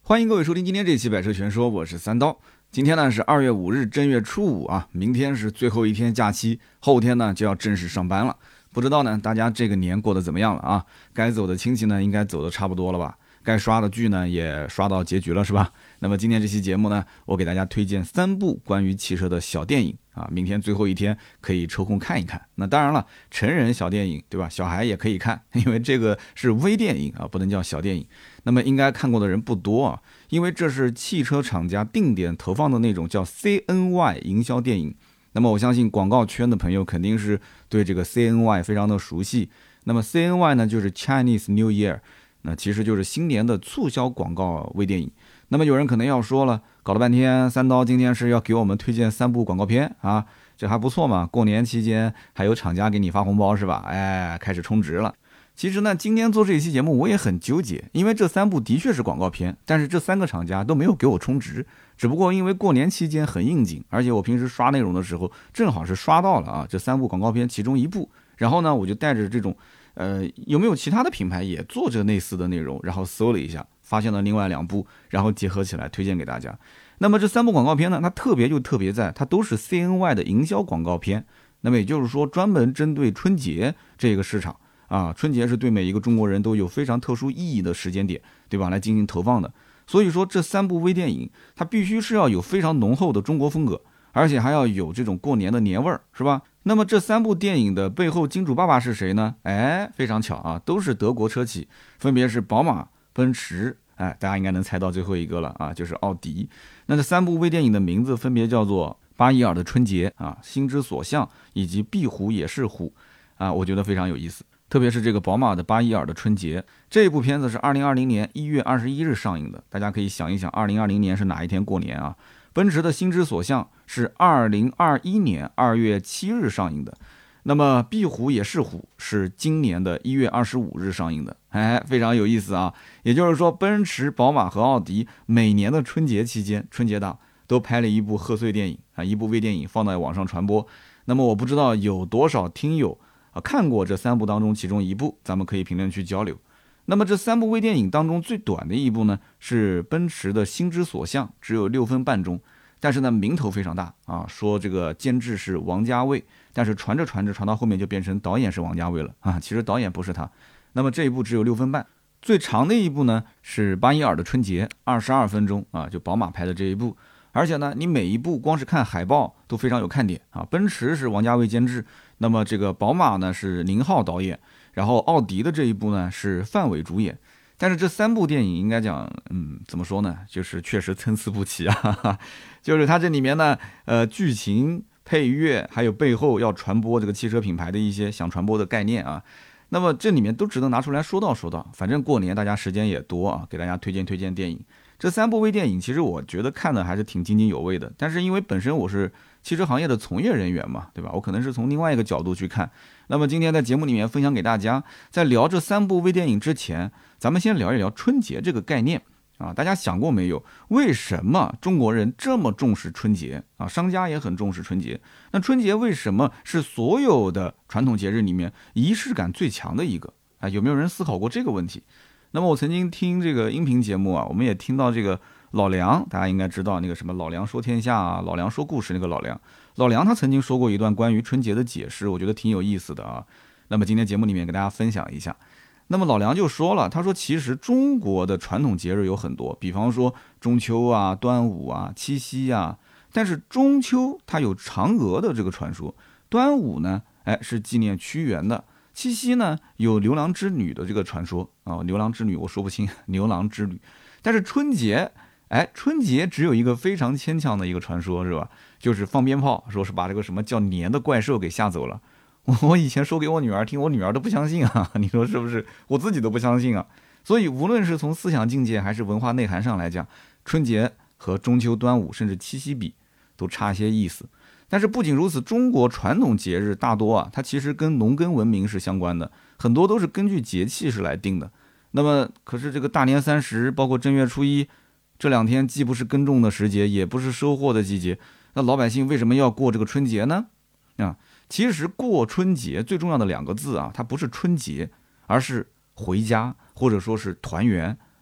欢迎各位收听今天这期百车全说，我是三刀。今天呢是2月5日正月初五啊，明天是最后一天假期，后天呢就要正式上班了。不知道呢大家这个年过得怎么样了啊？该走的亲戚呢应该走的差不多了吧？该刷的剧呢也刷到结局了是吧？那么今天这期节目呢，我给大家推荐3部关于汽车的小电影啊，明天最后一天可以抽空看一看。那当然了，成人小电影对吧？小孩也可以看，因为这个是微电影啊，不能叫小电影。那么应该看过的人不多啊，因为这是汽车厂家定点投放的那种叫 CNY 营销电影。那么我相信广告圈的朋友肯定是对这个 CNY 非常的熟悉。那么 CNY 呢就是 Chinese New Year， 那其实就是新年的促销广告微电影。那么有人可能要说了，搞了半天三刀今天是要给我们推荐3部广告片啊，这还不错嘛，过年期间还有厂家给你发红包是吧？哎，开始充值了。其实呢，今天做这一期节目我也很纠结，因为这3部的确是广告片，但是这3个厂家都没有给我充值，只不过因为过年期间很应景，而且我平时刷内容的时候正好是刷到了啊这3部广告片其中一部，然后呢我就带着这种有没有其他的品牌也做这类似的内容，然后搜了一下，发现了另外2部，然后结合起来推荐给大家。那么这3部广告片呢，它特别就特别在它都是 CNY 的营销广告片，那么也就是说专门针对春节这个市场啊，春节是对每一个中国人都有非常特殊意义的时间点，对吧？来进行投放的。所以说这3部微电影，它必须是要有非常浓厚的中国风格，而且还要有这种过年的年味儿，是吧？那么这3部电影的背后金主爸爸是谁呢？哎，非常巧啊，都是德国车企，分别是宝马、奔驰，哎，大家应该能猜到最后一个了啊，就是奥迪。那这3部微电影的名字分别叫做巴伊尔的春节啊、心之所向以及壁虎也是虎啊，我觉得非常有意思。特别是这个宝马的巴伊尔的春节，这一部片子是2020年1月21日上映的，大家可以想一想2020年是哪一天过年啊？奔驰的心之所向是2021年2月7日上映的，那么壁虎也是虎是今年的1月25日上映的，哎，非常有意思啊！也就是说，奔驰、宝马和奥迪每年的春节期间，春节档都拍了一部贺岁电影啊，一部微电影放在网上传播。那么我不知道有多少听友看过这3部当中其中一部，咱们可以评论区交流。那么这3部微电影当中最短的一部呢，是奔驰的心之所向，只有6分半钟，但是呢名头非常大啊，说这个监制是王家卫，但是传着传着传到后面就变成导演是王家卫了啊，其实导演不是他。那么这一部只有6分半。最长的一部呢是巴伊尔的春节，22分钟啊，就宝马拍的这一部。而且呢，你每一部光是看海报都非常有看点啊。奔驰是王家卫监制，那么这个宝马呢是宁浩导演，然后奥迪的这一部呢是范伟主演。但是这3部电影应该讲，怎么说呢，就是确实参差不齐啊。就是它这里面呢，剧情、配乐，还有背后要传播这个汽车品牌的一些想传播的概念啊。那么这里面都值得拿出来说道。反正过年大家时间也多啊，给大家推荐电影。这3部微电影其实我觉得看的还是挺津津有味的，但是因为本身我是汽车行业的从业人员嘛，对吧？我可能是从另外一个角度去看。那么今天在节目里面分享给大家，在聊这3部微电影之前，咱们先聊一聊春节这个概念啊。大家想过没有，为什么中国人这么重视春节啊？商家也很重视春节。那春节为什么是所有的传统节日里面仪式感最强的一个啊？有没有人思考过这个问题？那么我曾经听这个音频节目啊，我们也听到这个老梁，大家应该知道那个什么老梁说天下啊，老梁说故事那个老梁他曾经说过一段关于春节的解释，我觉得挺有意思的啊。那么今天节目里面给大家分享一下。那么老梁就说了，他说其实中国的传统节日有很多，比方说中秋啊、端午啊、七夕啊，但是中秋它有嫦娥的这个传说，端午呢，是纪念屈原的。七夕呢有牛郎织女的这个传说啊，牛郎织女我说不清，牛郎织女。但是春节，春节只有一个非常牵强的一个传说，是吧？就是放鞭炮，说是把这个什么叫年的怪兽给吓走了。我以前说给我女儿听，我女儿都不相信啊，你说是不是？我自己都不相信啊。所以无论是从思想境界还是文化内涵上来讲，春节和中秋、端午甚至七夕比，都差些意思。但是不仅如此，中国传统节日大多啊，它其实跟农耕文明是相关的，很多都是根据节气是来定的。那么，可是这个大年30，包括正月初一这2天，既不是耕种的时节，也不是收获的季节，那老百姓为什么要过这个春节呢？啊，其实过春节最重要的2个字啊，它不是春节，而是回家或者说是团圆。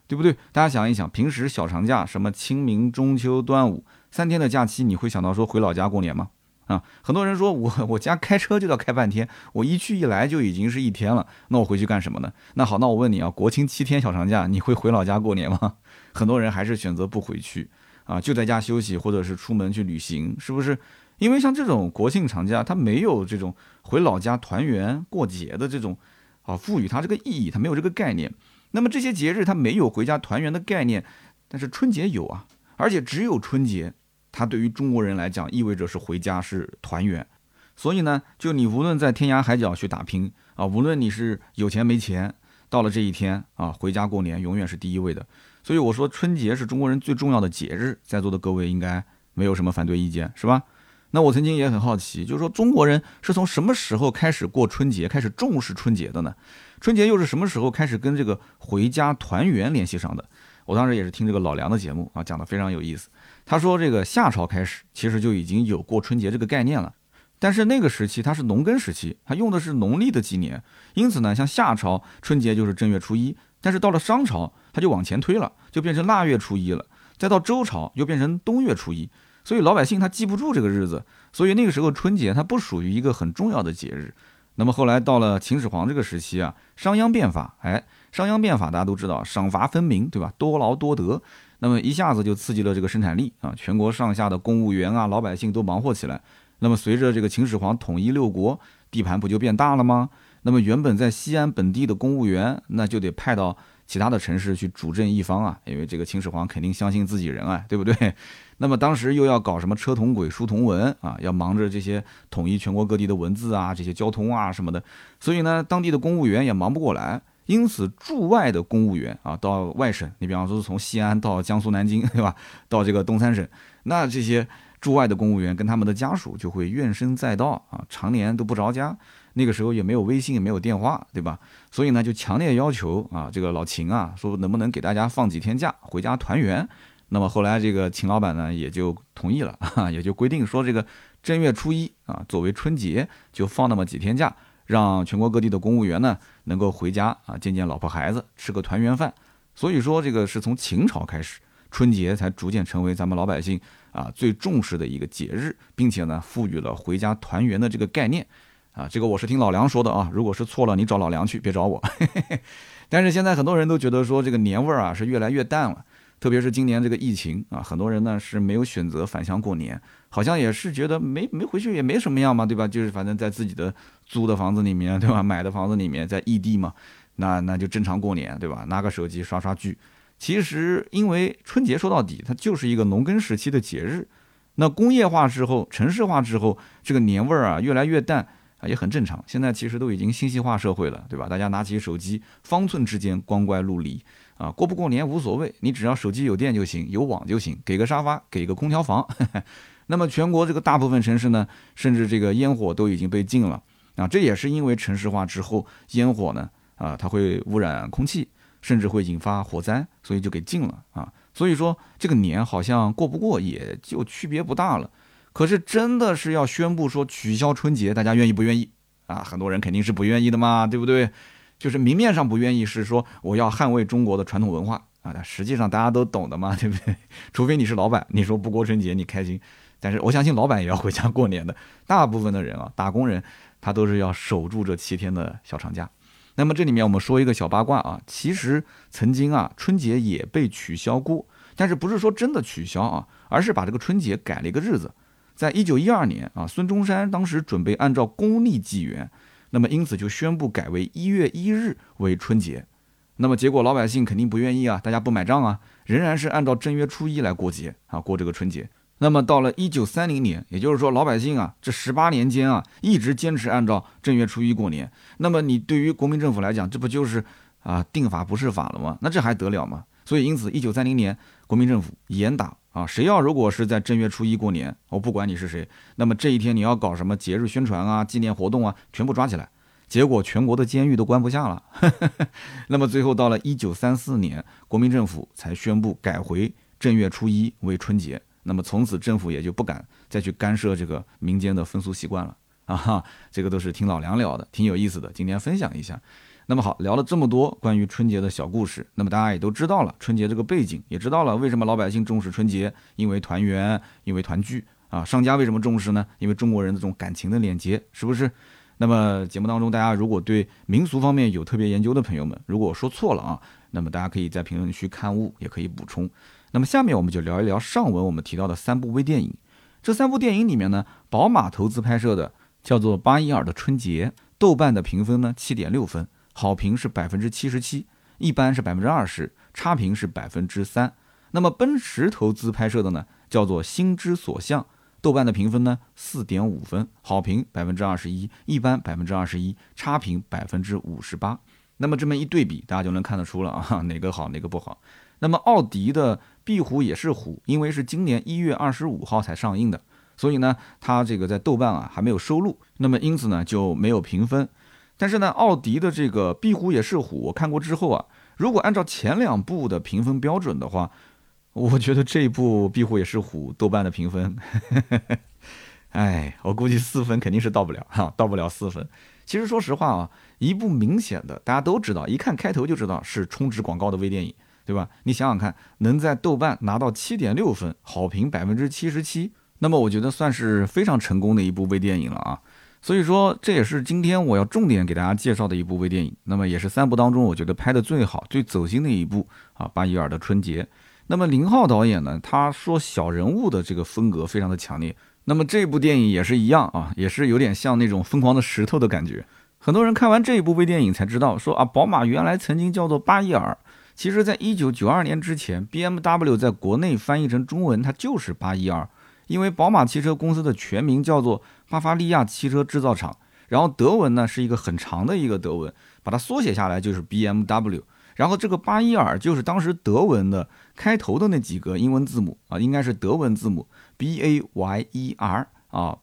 对不对？大家想一想，平时小长假，什么清明、中秋、端午3天的假期，你会想到说回老家过年吗？啊，很多人说我家开车就要开半天，我一去一来就已经是1天了，那我回去干什么呢？那好，那我问你啊，国庆7天小长假，你会回老家过年吗？很多人还是选择不回去啊，就在家休息，或者是出门去旅行，是不是？因为像这种国庆长假，它没有这种回老家团圆过节的这种赋予它这个意义，它没有这个概念。那么这些节日它没有回家团圆的概念，但是春节有啊，而且只有春节，它对于中国人来讲意味着是回家是团圆。所以呢，就你无论在天涯海角去打拼啊，无论你是有钱没钱，到了这一天啊，回家过年永远是第一位的。所以我说春节是中国人最重要的节日，在座的各位应该没有什么反对意见，是吧？那我曾经也很好奇，就是说中国人是从什么时候开始过春节，开始重视春节的呢？春节又是什么时候开始跟这个回家团圆联系上的？我当时也是听这个老梁的节目啊，讲的非常有意思。他说这个夏朝开始其实就已经有过春节这个概念了，但是那个时期它是农耕时期，它用的是农历的纪年，因此呢，像夏朝春节就是正月初一，但是到了商朝它就往前推了，就变成腊月初一了，再到周朝又变成冬月初一。所以老百姓他记不住这个日子，所以那个时候春节它不属于一个很重要的节日。那么后来到了秦始皇这个时期啊，商鞅变法，商鞅变法大家都知道，赏罚分明，对吧？多劳多得，那么一下子就刺激了这个生产力啊，全国上下的公务员啊，老百姓都忙活起来。那么随着这个秦始皇统一6国，地盘不就变大了吗？那么原本在西安本地的公务员，那就得派到其他的城市去主政一方啊，因为这个秦始皇肯定相信自己人啊，对不对？那么当时又要搞什么车同轨、书同文啊，要忙着这些统一全国各地的文字啊，这些交通啊什么的，所以呢，当地的公务员也忙不过来。因此，驻外的公务员啊，到外省，你比方说从西安到江苏南京，对吧？到这个东三省，那这些驻外的公务员跟他们的家属就会怨声载道啊，常年都不着家。那个时候也没有微信，也没有电话，对吧？所以呢，就强烈要求啊，这个老秦啊，说能不能给大家放几天假，回家团圆。那么后来这个秦老板呢，也就同意了，也就规定说这个正月初一啊，作为春节就放那么几天假，让全国各地的公务员呢能够回家啊，见见老婆孩子，吃个团圆饭。所以说这个是从秦朝开始，春节才逐渐成为咱们老百姓啊最重视的一个节日，并且呢赋予了回家团圆的这个概念啊。这个我是听老梁说的啊，如果是错了，你找老梁去，别找我。但是现在很多人都觉得说这个年味儿啊是越来越淡了。特别是今年这个疫情啊，很多人呢是没有选择返乡过年，好像也是觉得没回去也没什么样嘛，对吧？就是反正在自己的租的房子里面，对吧？买的房子里面，在异地嘛，那就正常过年，对吧？拿个手机刷刷剧。其实因为春节说到底，它就是一个农耕时期的节日，那工业化之后、城市化之后，这个年味儿啊越来越淡啊，也很正常。现在其实都已经信息化社会了，对吧？大家拿起手机，方寸之间光怪陆离。啊，过不过年无所谓，你只要手机有电就行，有网就行，给个沙发，给个空调房。那么全国这个大部分城市呢，甚至这个烟火都已经被禁了啊，这也是因为城市化之后，烟火呢它会污染空气，甚至会引发火灾，所以就给禁了啊。所以说这个年好像过不过也就区别不大了。可是真的是要宣布说取消春节，大家愿意不愿意啊？很多人肯定是不愿意的嘛，对不对？就是明面上不愿意，是说我要捍卫中国的传统文化啊，但实际上大家都懂的嘛，对不对？除非你是老板，你说不过春节你开心，但是我相信老板也要回家过年的。大部分的人啊，打工人他都是要守住这7天的小长假。那么这里面我们说一个小八卦啊，其实曾经啊春节也被取消过，但是不是说真的取消啊，而是把这个春节改了一个日子。在1912年啊，孙中山当时准备按照公历纪元。那么因此就宣布改为1月1日为春节，那么结果老百姓肯定不愿意啊，大家不买账啊，仍然是按照正月初一来过节啊，过这个春节。那么到了1930年，也就是说老百姓啊这18年间啊一直坚持按照正月初一过年，那么你对于国民政府来讲，这不就是定法不是法了吗？那这还得了吗？所以因此1930年国民政府严打啊，谁要如果是在正月初一过年，我不管你是谁，那么这一天你要搞什么节日宣传啊、纪念活动啊，全部抓起来。结果全国的监狱都关不下了。那么最后到了1934年，国民政府才宣布改回正月初一为春节。那么从此政府也就不敢再去干涉这个民间的风俗习惯了啊。这个都是听老梁聊的，挺有意思的，今天分享一下。 那么好，聊了这么多关于春节的小故事，那么大家也都知道了春节这个背景，也知道了为什么老百姓重视春节，因为团圆，因为团聚啊。商家为什么重视呢？因为中国人这种感情的链接，是不是？那么节目当中，大家如果对民俗方面有特别研究的朋友们，如果我说错了啊，那么大家可以在评论区刊物，也可以补充。那么下面我们就聊一聊上文我们提到的3部微电影。这3部电影里面呢，宝马投资拍摄的叫做《巴伊尔的春节》，豆瓣的评分呢7.6分。好评是77%，一般是20%，差评是3%。那么奔驰投资拍摄的呢，叫做《心之所向》，豆瓣的评分呢4.5分，好评21%，一般21%，差评58%。那么这么一对比，大家就能看得出了啊，哪个好哪个不好。那么奥迪的壁虎也是虎，因为是今年1月25号才上映的，所以呢，它这个在豆瓣啊还没有收录，那么因此呢就没有评分。但是呢，奥迪的这个壁虎也是虎，我看过之后啊，如果按照前2部的评分标准的话，我觉得这一部壁虎也是虎豆瓣的评分，我估计4分肯定是到不了哈，到不了4分。其实说实话啊，一部明显的大家都知道，一看开头就知道是充值广告的微电影，对吧？你想想看，能在豆瓣拿到7.6分，好评77%，那么我觉得算是非常成功的一部微电影了啊。所以说，这也是今天我要重点给大家介绍的一部微电影，那么也是3部当中我觉得拍的最好、最走心的一部啊，《巴伊尔的春节》。那么林浩导演呢，他说小人物的这个风格非常的强烈，那么这部电影也是一样啊，也是有点像那种疯狂的石头的感觉。很多人看完这一部微电影才知道，说啊，宝马原来曾经叫做巴伊尔，其实在1992年之前 BMW 在国内翻译成中文它就是巴伊尔，因为宝马汽车公司的全名叫做巴伐利亚汽车制造厂，然后德文呢是一个很长的一个德文，把它缩写下来就是 BMW， 然后这个巴伊尔就是当时德文的开头的那几个英文字母啊，应该是德文字母 BAYER 啊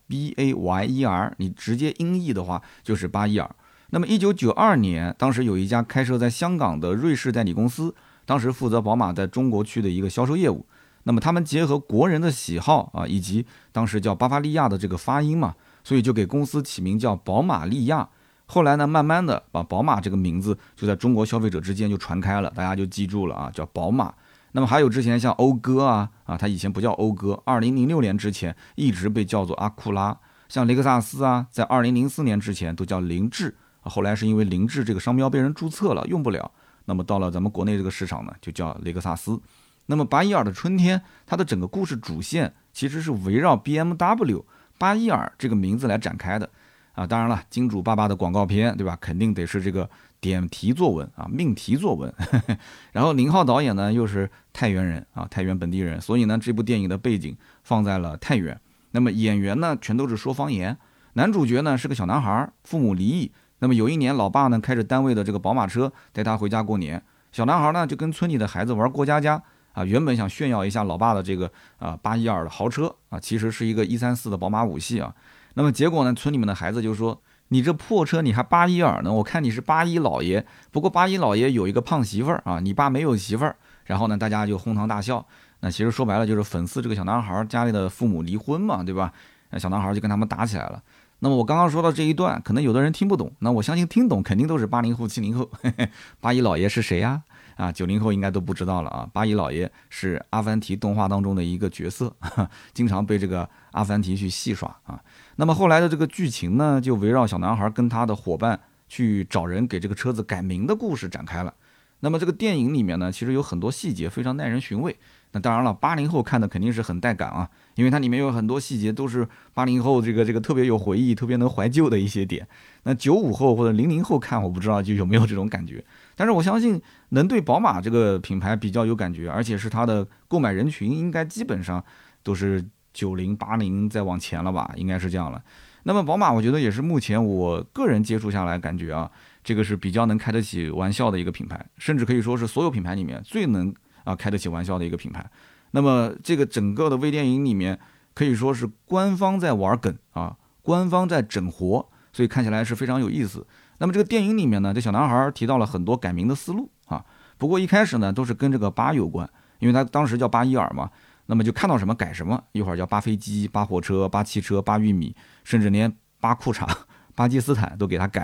BAYER， 你直接音译的话就是巴伊尔。那么1992年，当时有一家开设在香港的瑞士代理公司，当时负责宝马在中国区的一个销售业务。那么他们结合国人的喜好啊，以及当时叫巴伐利亚的这个发音嘛，所以就给公司起名叫宝马利亚。后来呢，慢慢的把宝马这个名字就在中国消费者之间就传开了，大家就记住了啊，叫宝马。那么还有之前像讴歌啊，它以前不叫讴歌，2006年之前一直被叫做阿库拉。像雷克萨斯啊，在2004年之前都叫凌志，后来是因为凌志这个商标被人注册了，用不了，那么到了咱们国内这个市场呢，就叫雷克萨斯。那么巴伊尔的春天，它的整个故事主线其实是围绕 BMW 巴伊尔这个名字来展开的啊。当然了，金主爸爸的广告片，对吧？肯定得是这个点题作文啊，命题作文。然后林浩导演呢又是太原人啊，太原本地人，所以呢这部电影的背景放在了太原。那么演员呢全都是说方言，男主角呢是个小男孩，父母离异。那么有一年，老爸呢开着单位的这个宝马车带他回家过年，小男孩呢就跟村里的孩子玩过家家。原本想炫耀一下老爸的这个巴伊尔的豪车啊，其实是一个134的宝马5系啊。那么结果呢，村里面的孩子就说：“你这破车你还巴伊尔呢？我看你是巴伊老爷。不过巴伊老爷有一个胖媳妇儿啊，你爸没有媳妇儿。”然后呢，大家就哄堂大笑。那其实说白了就是讽刺这个小男孩家里的父母离婚嘛，对吧？那小男孩就跟他们打起来了。那么我刚刚说到这一段，可能有的人听不懂，那我相信听懂肯定都是80后、70后。巴伊老爷是谁呀？90后应该都不知道了啊。巴伊老爷是阿凡提动画当中的一个角色，经常被这个阿凡提去戏耍啊。那么后来的这个剧情呢，就围绕小男孩跟他的伙伴去找人给这个车子改名的故事展开了。那么这个电影里面呢，其实有很多细节非常耐人寻味。那当然了，80后看的肯定是很带感啊，因为它里面有很多细节都是80后这个特别有回忆、特别能怀旧的一些点。那95后或者00后看，我不知道就有没有这种感觉。但是我相信能对宝马这个品牌比较有感觉，而且是它的购买人群应该基本上都是90、80再往前了吧，应该是这样了。那么宝马我觉得也是目前我个人接触下来感觉啊，这个是比较能开得起玩笑的一个品牌，甚至可以说是所有品牌里面最能开得起玩笑的一个品牌。那么这个整个的微电影里面可以说是官方在玩梗啊，官方在整活，所以看起来是非常有意思。那么这个电影里面呢，这小男孩提到了很多改名的思路啊，不过一开始呢都是跟这个巴有关，因为他当时叫巴伊尔嘛，那么就看到什么改什么，一会儿叫巴飞机、巴火车、巴汽车、巴玉米，甚至连巴裤衩、巴基斯坦都给他改了。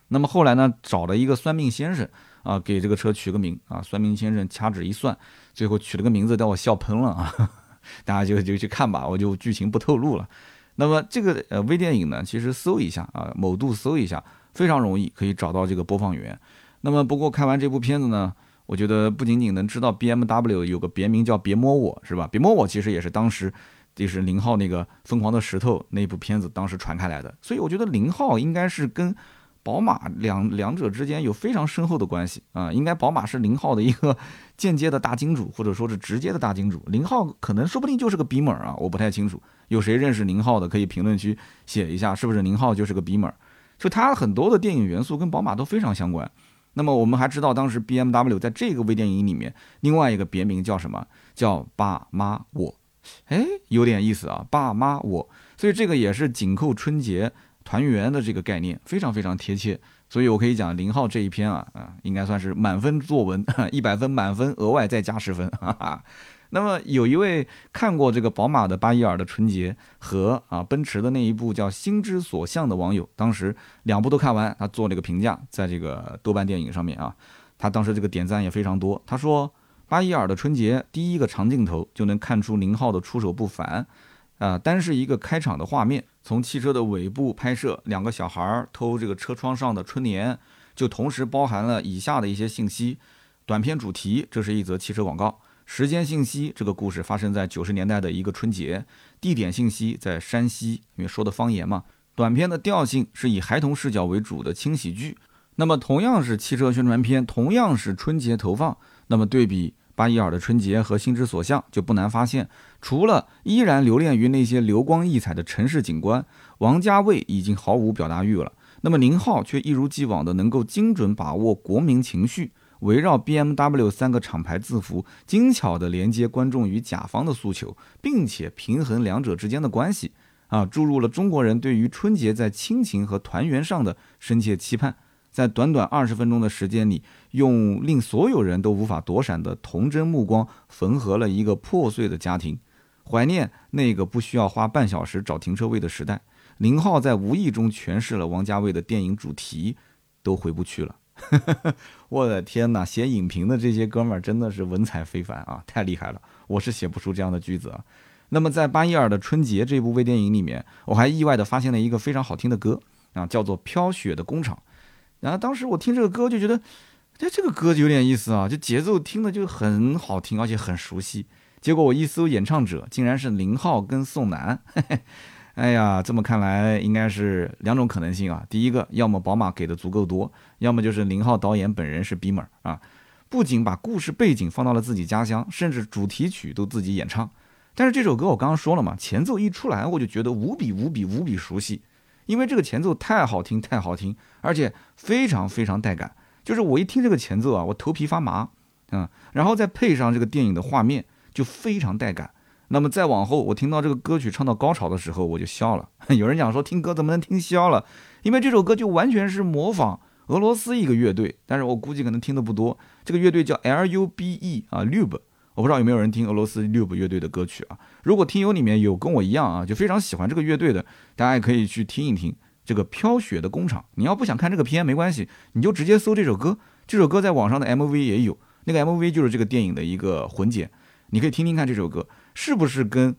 那么后来呢，找了一个算命先生啊，给这个车取个名啊，算命先生掐指一算，最后取了个名字，让我笑喷了啊！大家就去看吧，我就剧情不透露了。那么这个微电影呢，其实搜一下啊，某度搜一下，非常容易可以找到这个播放源。那么不过看完这部片子呢，我觉得不仅仅能知道 BMW 有个别名叫别摸我，是吧？别摸我其实也是当时就是0号那个疯狂的石头那部片子当时传开来的，所以我觉得0号应该是跟宝马两者之间有非常深厚的关系啊，应该宝马是0号的一个间接的大金主，或者说是直接的大金主，0号可能说不定就是个 Beamer 啊，我不太清楚，有谁认识0号的可以评论区写一下，是不是0号就是个 Beamer？ 就它很多的电影元素跟宝马都非常相关。那么我们还知道当时 BMW 在这个微电影里面另外一个别名叫什么？叫爸妈我。哎，有点意思啊，爸妈我，所以这个也是紧扣春节团圆的这个概念，非常非常贴切。所以我可以讲0号这一篇啊，应该算是满分作文，100分满分，额外再加10分，哈哈。那么有一位看过这个宝马的812的春节和奔驰的那一部叫《心之所向》的网友，当时2部都看完，他做了一个评价，在这个豆瓣电影上面啊，他当时这个点赞也非常多。他说812的春节第一个长镜头就能看出0号的出手不凡单是一个开场的画面，从汽车的尾部拍摄2个小孩偷这个车窗上的春联，就同时包含了以下的一些信息：短片主题，这是一则汽车广告；时间信息，这个故事发生在90年代的一个春节；地点信息在山西，因为说的方言嘛。短片的调性是以孩童视角为主的轻喜剧。那么同样是汽车宣传片，同样是春节投放，那么对比812的春节和心之所向，就不难发现，除了依然留恋于那些流光溢彩的城市景观，王家卫已经毫无表达欲了。那么0号却一如既往的能够精准把握国民情绪，围绕 BMW 3个厂牌字符，精巧地连接观众与甲方的诉求，并且平衡两者之间的关系注入了中国人对于春节在亲情和团圆上的深切期盼。在短短20分钟的时间里，用令所有人都无法躲闪的童真目光缝合了一个破碎的家庭，怀念那个不需要花半小时找停车位的时代。0号在无意中诠释了王家卫的电影主题，都回不去了。我的天哪，写影评的这些哥们儿真的是文采非凡啊，太厉害了，我是写不出这样的句子啊。那么在812的春节这部微电影里面，我还意外的发现了一个非常好听的歌叫做《飘雪的工厂》。然后当时我听这个歌就觉得，这个歌有点意思啊，就节奏听的就很好听，而且很熟悉。结果我一搜演唱者，竟然是0号跟宋楠。哎呀，这么看来应该是2种可能性啊。第一个，要么宝马给的足够多，要么就是0号导演本人是 Beamer 啊。不仅把故事背景放到了自己家乡，甚至主题曲都自己演唱。但是这首歌我刚刚说了嘛，前奏一出来我就觉得无比熟悉。因为这个前奏太好听，而且非常非常带感。就是我一听这个前奏我头皮发麻，然后再配上这个电影的画面，就非常带感。那么再往后，我听到这个歌曲唱到高潮的时候，我就笑了。有人讲说听歌怎么能听笑了？因为这首歌就完全是模仿俄罗斯一个乐队，但是我估计可能听的不多。这个乐队叫 LUBE，Lube。我不知道有没有人听俄罗斯 Lube 乐队的歌曲啊？如果听友里面有跟我一样就非常喜欢这个乐队的，大家也可以去听一听这个《飘雪的工厂》。你要不想看这个片没关系，你就直接搜这首歌。这首歌在网上的 MV 也有，那个 MV 就是这个电影的一个混剪，你可以听听看这首歌是不是跟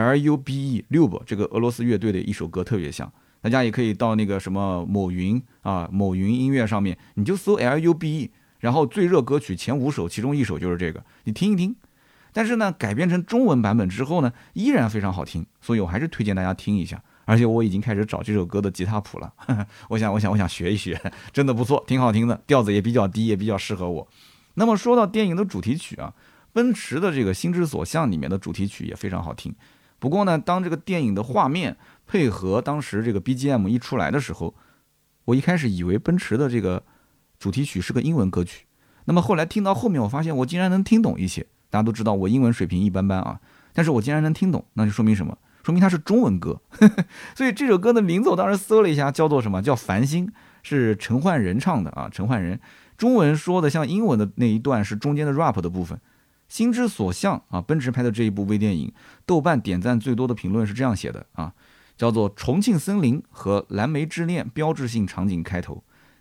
Lube 这个俄罗斯乐队的一首歌特别像。大家也可以到那个什么某云音乐上面，你就搜 Lube。然后最热歌曲前5首，其中1首就是这个，你听一听。但是呢，改编成中文版本之后呢，依然非常好听，所以我还是推荐大家听一下。而且我已经开始找这首歌的吉他谱了，我想学一学，真的不错，挺好听的，调子也比较低，也比较适合我。那么说到电影的主题曲奔驰的这个《心之所向》里面的主题曲也非常好听。不过呢，当这个电影的画面配合当时这个 BGM 一出来的时候，我一开始以为奔驰的这个主题曲是个英文歌曲，那么后来听到后面，我发现我竟然能听懂一些。大家都知道我英文水平一般般但是我竟然能听懂，那就说明什么？说明它是中文歌。所以这首歌的名字我当时搜了一下，叫做什么？叫《繁星》，是陈奂仁唱的陈奂仁中文说的像英文的那一段是中间的 rap 的部分。心之所向奔驰拍的这一部微电影，豆瓣点赞最多的评论是这样写的叫做重庆森林和蓝莓之恋标志性场景开头。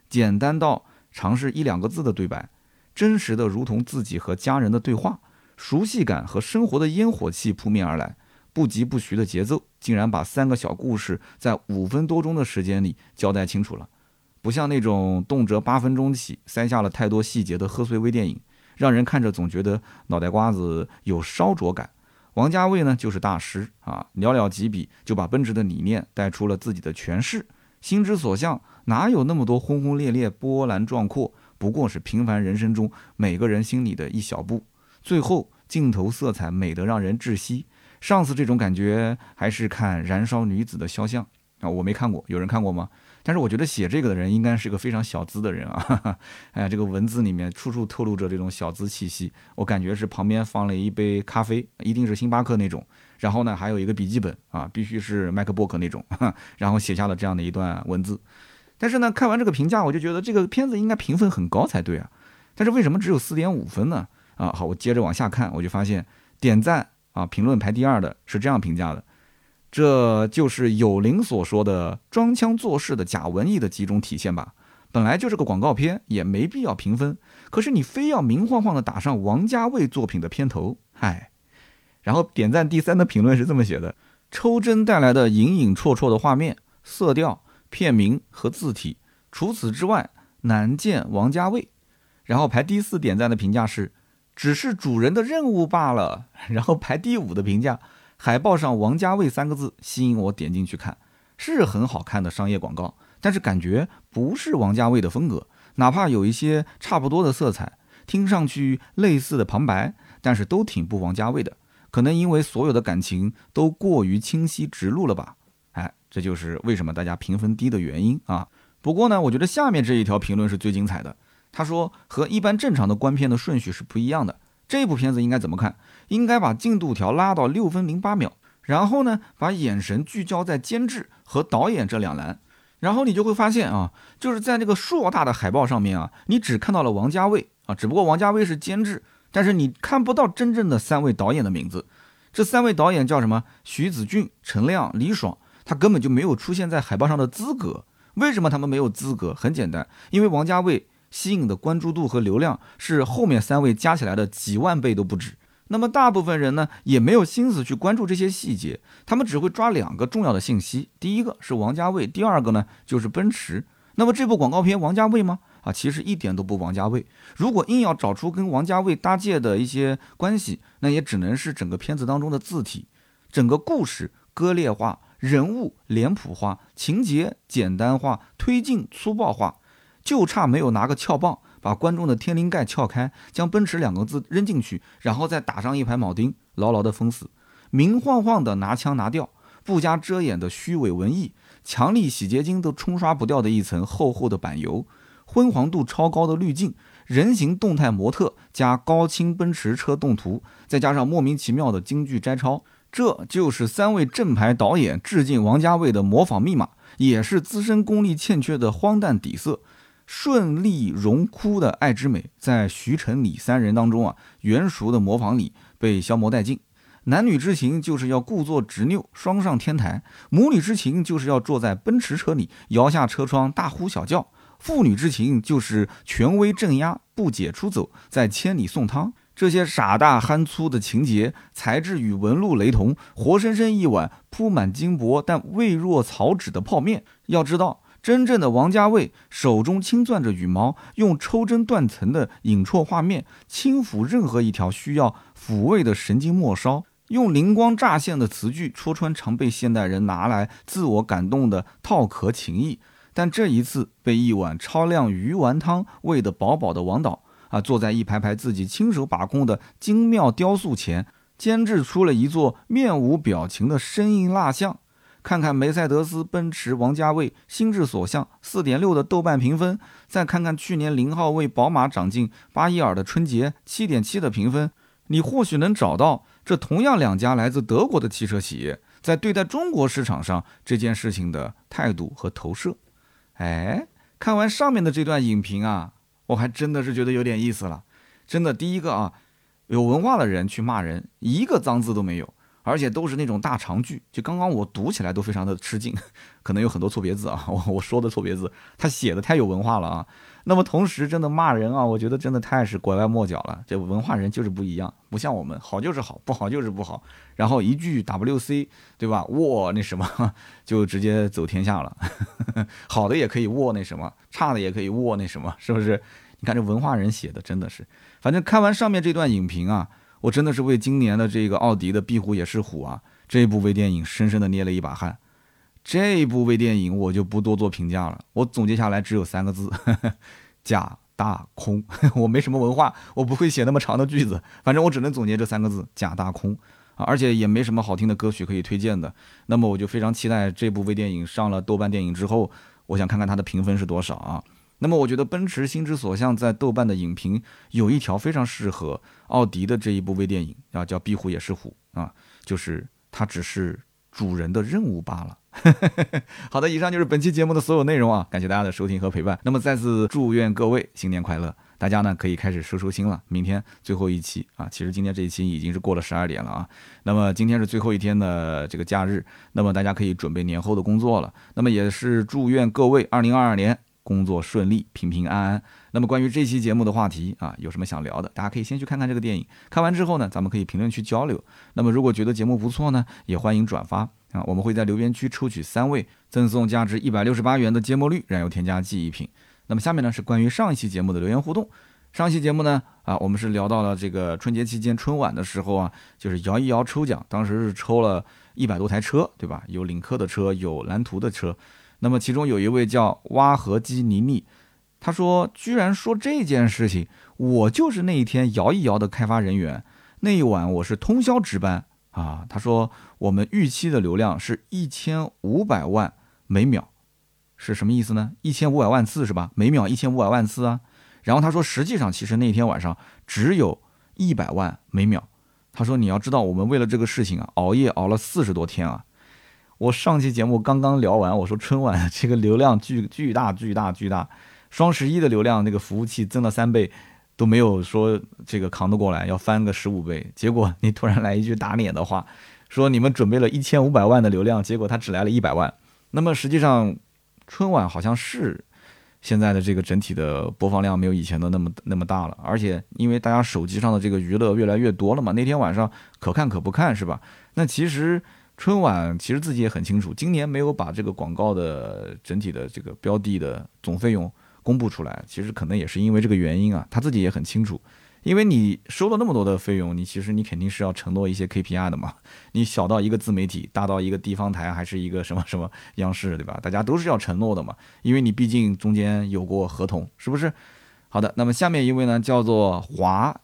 简单到尝试一两个字的对白，真实的如同自己和家人的对话，熟悉感和生活的烟火气扑面而来，不疾不徐的节奏竟然把3个小故事在5分多钟的时间里交代清楚了。不像那种动辄8分钟起塞下了太多细节的贺岁微电影，让人看着总觉得脑袋瓜子有烧灼感。王家卫呢就是大师啊，寥寥几笔就把奔驰的理念带出了自己的诠释。心之所向，哪有那么多轰轰烈烈、波澜壮阔，不过是平凡人生中每个人心里的一小步。最后镜头色彩美得让人窒息，上次这种感觉还是看《燃烧女子的肖像》啊，我没看过，有人看过吗？但是我觉得写这个的人应该是个非常小资的人啊，哈哈，哎，这个文字里面处处透露着这种小资气息，我感觉是旁边放了一杯咖啡，一定是星巴克那种，然后呢还有一个笔记本啊，必须是 MacBook 那种，然后写下了这样的一段文字。但是呢，看完这个评价，我就觉得这个片子应该评分很高才对啊，但是为什么只有4.5分呢？啊，好，我接着往下看，我就发现点赞啊，评论排第2的是这样评价的。这就是有灵所说的装腔作势的假文艺的几种体现吧。本来就是个广告片，也没必要评分，可是你非要明晃晃的打上王家卫作品的片头，嗨。然后点赞第3的评论是这么写的：抽帧带来的隐隐绰绰的画面、色调、片名和字体，除此之外难见王家卫。然后排第4点赞的评价是：只是主人的任务罢了。然后排第5的评价：海报上王家卫3个字吸引我点进去看，是很好看的商业广告，但是感觉不是王家卫的风格，哪怕有一些差不多的色彩，听上去类似的旁白，但是都挺不王家卫的，可能因为所有的感情都过于清晰直露了吧。哎，这就是为什么大家评分低的原因啊。不过呢，我觉得下面这一条评论是最精彩的，他说和一般正常的观片的顺序是不一样的，这部片子应该怎么看？应该把进度条拉到6分08秒，然后呢，把眼神聚焦在监制和导演这2栏，然后你就会发现啊，就是在那个硕大的海报上面啊，你只看到了王家卫啊，只不过王家卫是监制，但是你看不到真正的3位导演的名字。这3位导演叫什么？徐子俊、陈亮、李爽，他根本就没有出现在海报上的资格。为什么他们没有资格？很简单，因为王家卫吸引的关注度和流量是后面3位加起来的几万倍都不止。那么大部分人呢，也没有心思去关注这些细节，他们只会抓2个重要的信息，第一个是王家卫，第2个呢就是奔驰。那么这部广告片王家卫吗？啊，其实一点都不王家卫。如果硬要找出跟王家卫搭界的一些关系，那也只能是整个片子当中的字体，整个故事割裂化，人物脸谱化，情节简单化，推进粗暴化，就差没有拿个撬棒把观众的天灵盖撬开，将奔驰2个字扔进去，然后再打上一排铆钉，牢牢的封死。明晃晃的拿腔拿调，不加遮掩的虚伪文艺，强力洗洁精都冲刷不掉的一层厚厚的板油，昏黄度超高的滤镜，人形动态模特加高清奔驰车动图，再加上莫名其妙的京剧摘抄，这就是3位正牌导演致敬王家卫的模仿密码，也是自身功力欠缺的荒诞底色。顺利荣枯的爱之美，在徐晨李3人当中啊，圆熟的模仿里被消磨殆尽。男女之情就是要故作执拗，双上天台；母女之情就是要坐在奔驰车里摇下车窗大呼小叫；父女之情就是权威镇压，不解出走，在千里送汤。这些傻大憨粗的情节，材质与纹路雷同，活生生一碗铺满金箔但味若草纸的泡面。要知道，真正的王家卫手中轻攥着羽毛，用抽针断层的影绰画面轻抚任何一条需要抚慰的神经末梢，用灵光乍现的词句戳穿常被现代人拿来自我感动的套壳情谊。但这一次被一碗超量鱼丸汤喂得饱饱的王导啊，坐在一排排自己亲手把控的精妙雕塑前，监制出了一座面无表情的生硬蜡像。看看梅赛德斯奔驰王家卫心之所向 4.6 的豆瓣评分，再看看去年0号为宝马长进巴伊尔的春节 7.7 的评分，你或许能找到这同样2家来自德国的汽车企业在对待中国市场上这件事情的态度和投射。哎，看完上面的这段影评啊，我还真的是觉得有点意思了。真的，第一个啊，有文化的人去骂人，一个脏字都没有。 而且都是那种大长句，就刚刚我读起来都非常的吃劲，可能有很多错别字啊，我说的错别字，他写的太有文化了啊。那么同时真的骂人啊，我觉得真的太是拐弯抹角了。这文化人就是不一样，不像我们好就是好，不好就是不好。然后一句 WC 对吧？握那什么就直接走天下了。好的也可以握那什么，差的也可以握那什么，是不是？你看这文化人写的真的是，反正看完上面这段影评啊，我真的是为今年的这个奥迪的壁虎也是虎啊这部微电影深深的捏了一把汗。这部微电影我就不多做评价了，我总结下来只有3个字，假大空。我没什么文化，我不会写那么长的句子，反正我只能总结这3个字，假大空啊，而且也没什么好听的歌曲可以推荐的。那么我就非常期待这部微电影上了豆瓣电影之后，我想看看它的评分是多少啊。那么我觉得奔驰心之所向在豆瓣的影评有一条非常适合奥迪的这一部微电影啊，叫壁虎也是虎啊，就是它只是主人的任务罢了。好的，以上就是本期节目的所有内容啊，感谢大家的收听和陪伴。那么再次祝愿各位新年快乐，大家呢可以开始收心了。明天最后一期啊，其实今天这一期已经是过了12点了啊。那么今天是最后一天的这个假日，那么大家可以准备年后的工作了。那么也是祝愿各位2022年工作顺利，平平安安。那么关于这期节目的话题啊，有什么想聊的，大家可以先去看看这个电影，看完之后呢，咱们可以评论区交流。那么如果觉得节目不错呢，也欢迎转发啊，我们会在留言区抽取3位，赠送价值168元的芥末绿燃油添加记忆品。那么下面呢是关于上一期节目的留言互动。上一期节目呢我们是聊到了这个春节期间春晚的时候啊，就是摇一摇抽奖，当时是抽了100多台车，对吧？有领克的车，有蓝图的车。那么其中有一位叫挖河基妮妮，他说居然说这件事情，我就是那一天摇一摇的开发人员，那一晚我是通宵值班啊。他说我们预期的流量是1500万每秒，是什么意思呢？1500万次是吧？每秒1500万次啊。然后他说实际上其实那天晚上只有100万每秒。他说你要知道我们为了这个事情啊，熬夜熬了40多天啊。我上期节目刚刚聊完，我说春晚这个流量巨大，双11的流量那个服务器增了3倍都没有说这个扛得过来，要翻个15倍。结果你突然来一句打脸的话，说你们准备了1500万的流量，结果他只来了100万。那么实际上春晚好像是现在的这个整体的播放量没有以前的那么大了，而且因为大家手机上的这个娱乐越来越多了嘛，那天晚上可看可不看是吧？那其实春晚其实自己也很清楚，今年没有把这个广告的整体的这个标的的总费用公布出来，其实可能也是因为这个原因啊，他自己也很清楚，因为你收了那么多的费用，你其实你肯定是要承诺一些 KPI 的嘛，你小到一个自媒体，大到一个地方台，还是一个什么什么央视，对吧？大家都是要承诺的嘛，因为你毕竟中间有过合同，是不是？好的，那么下面一位呢，叫做华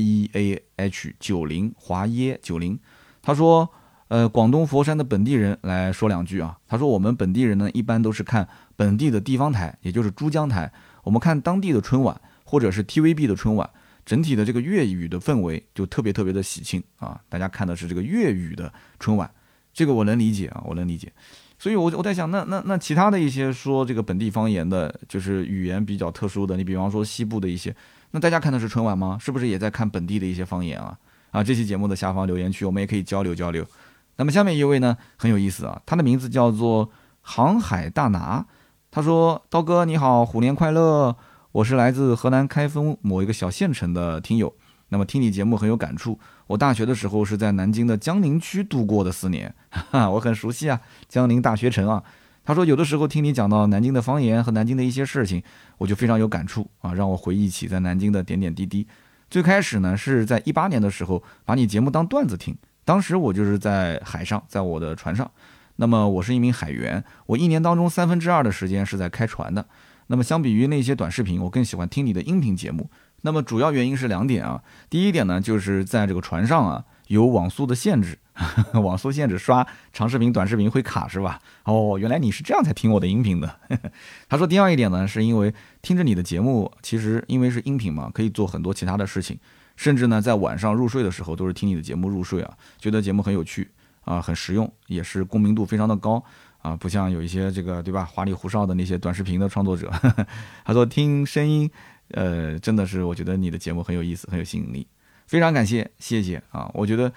YEAH90 华耶90，他说广东佛山的本地人来说2句啊。他说我们本地人呢，一般都是看本地的地方台，也就是珠江台，我们看当地的春晚或者是 TVB 的春晚，整体的这个粤语的氛围就特别的喜庆啊。大家看的是这个粤语的春晚，这个我能理解啊，我能理解。所以我在想，那其他的一些说这个本地方言的，就是语言比较特殊的，你比方说西部的一些，那大家看的是春晚吗？是不是也在看本地的一些方言啊？这期节目的下方留言区，我们也可以交流交流。那么下面一位呢很有意思啊，他的名字叫做航海大拿，他说刀哥你好，虎年快乐，我是来自河南开封某一个小县城的听友，那么听你节目很有感触，我大学的时候是在南京的江宁区度过的4年，我很熟悉啊，江宁大学城啊。他说有的时候听你讲到南京的方言和南京的一些事情，我就非常有感触啊，让我回忆起在南京的点点滴滴。最开始呢是在18年的时候把你节目当段子听，当时我就是在海上，在我的船上，那么我是一名海员，我1年当中2/3的时间是在开船的。那么相比于那些短视频，我更喜欢听你的音频节目。那么主要原因是2点啊，第一点呢，就是在这个船上啊有网速的限制，网速限制刷长视频、短视频会卡是吧？哦，原来你是这样才听我的音频的。他说第二一点呢，是因为听着你的节目，其实因为是音频嘛，可以做很多其他的事情。甚至呢，在晚上入睡的时候都是听你的节目入睡啊，觉得节目很有趣啊，很实用，也是共鸣度非常的高啊，不像有一些这个对吧花里胡哨的那些短视频的创作者。他说听声音，真的是我觉得你的节目很有意思，很有吸引力，非常感谢，谢谢啊！我觉得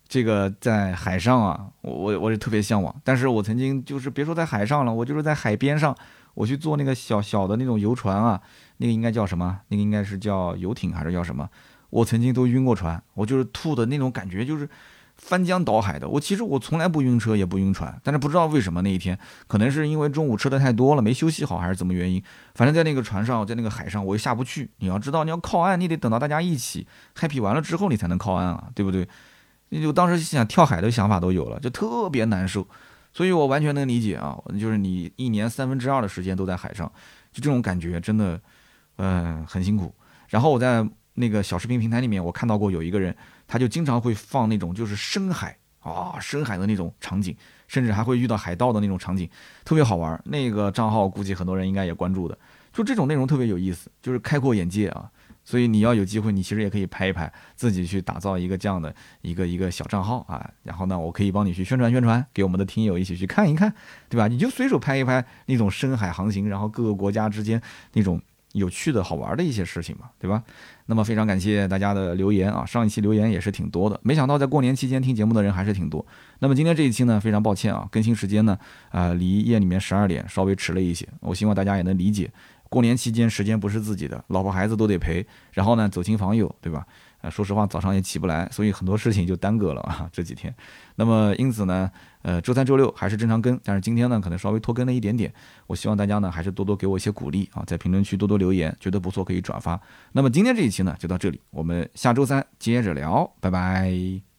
这个在海上啊，我是特别向往。但是我曾经就是别说在海上了，我就是在海边上，我去坐那个小小的那种游船啊，那个应该叫什么？那个应该是叫游艇还是叫什么？我曾经都晕过船，我就是吐的那种感觉，就是翻江倒海的。其实我从来不晕车也不晕船，但是不知道为什么那一天，可能是因为中午吃的太多了没休息好，还是怎么原因，反正在那个船上，在那个海上我也下不去。你要知道，你要靠岸，你得等到大家一起 happy 完了之后，你才能靠岸啊，对不对？你就当时想跳海的想法都有了，就特别难受。所以我完全能理解啊，就是你一年2/3的时间都在海上，就这种感觉真的，很辛苦。然后我在那个小视频平台里面，我看到过有一个人，他就经常会放那种就是深海啊、深海的那种场景，甚至还会遇到海盗的那种场景，特别好玩。那个账号估计很多人应该也关注的，就这种内容特别有意思，就是开阔眼界啊。所以你要有机会，你其实也可以拍一拍，自己去打造一个这样的一个小账号啊。然后呢，我可以帮你去宣传宣传，给我们的听友一起去看一看，对吧？你就随手拍一拍那种深海航行，然后各个国家之间那种有趣的好玩的一些事情嘛，对吧？那么非常感谢大家的留言啊，上一期留言也是挺多的，没想到在过年期间听节目的人还是挺多。那么今天这一期呢，非常抱歉啊，更新时间呢，离夜里面12点稍微迟了一些，我希望大家也能理解。过年期间时间不是自己的，老婆孩子都得陪，然后呢走亲访友，对吧？说实话早上也起不来，所以很多事情就耽搁了啊这几天。那么因此呢，周三周六还是正常更，但是今天呢可能稍微拖更了一点点。我希望大家呢还是多多给我一些鼓励啊，在评论区多多留言，觉得不错可以转发。那么今天这一期呢就到这里，我们下周三接着聊，拜拜。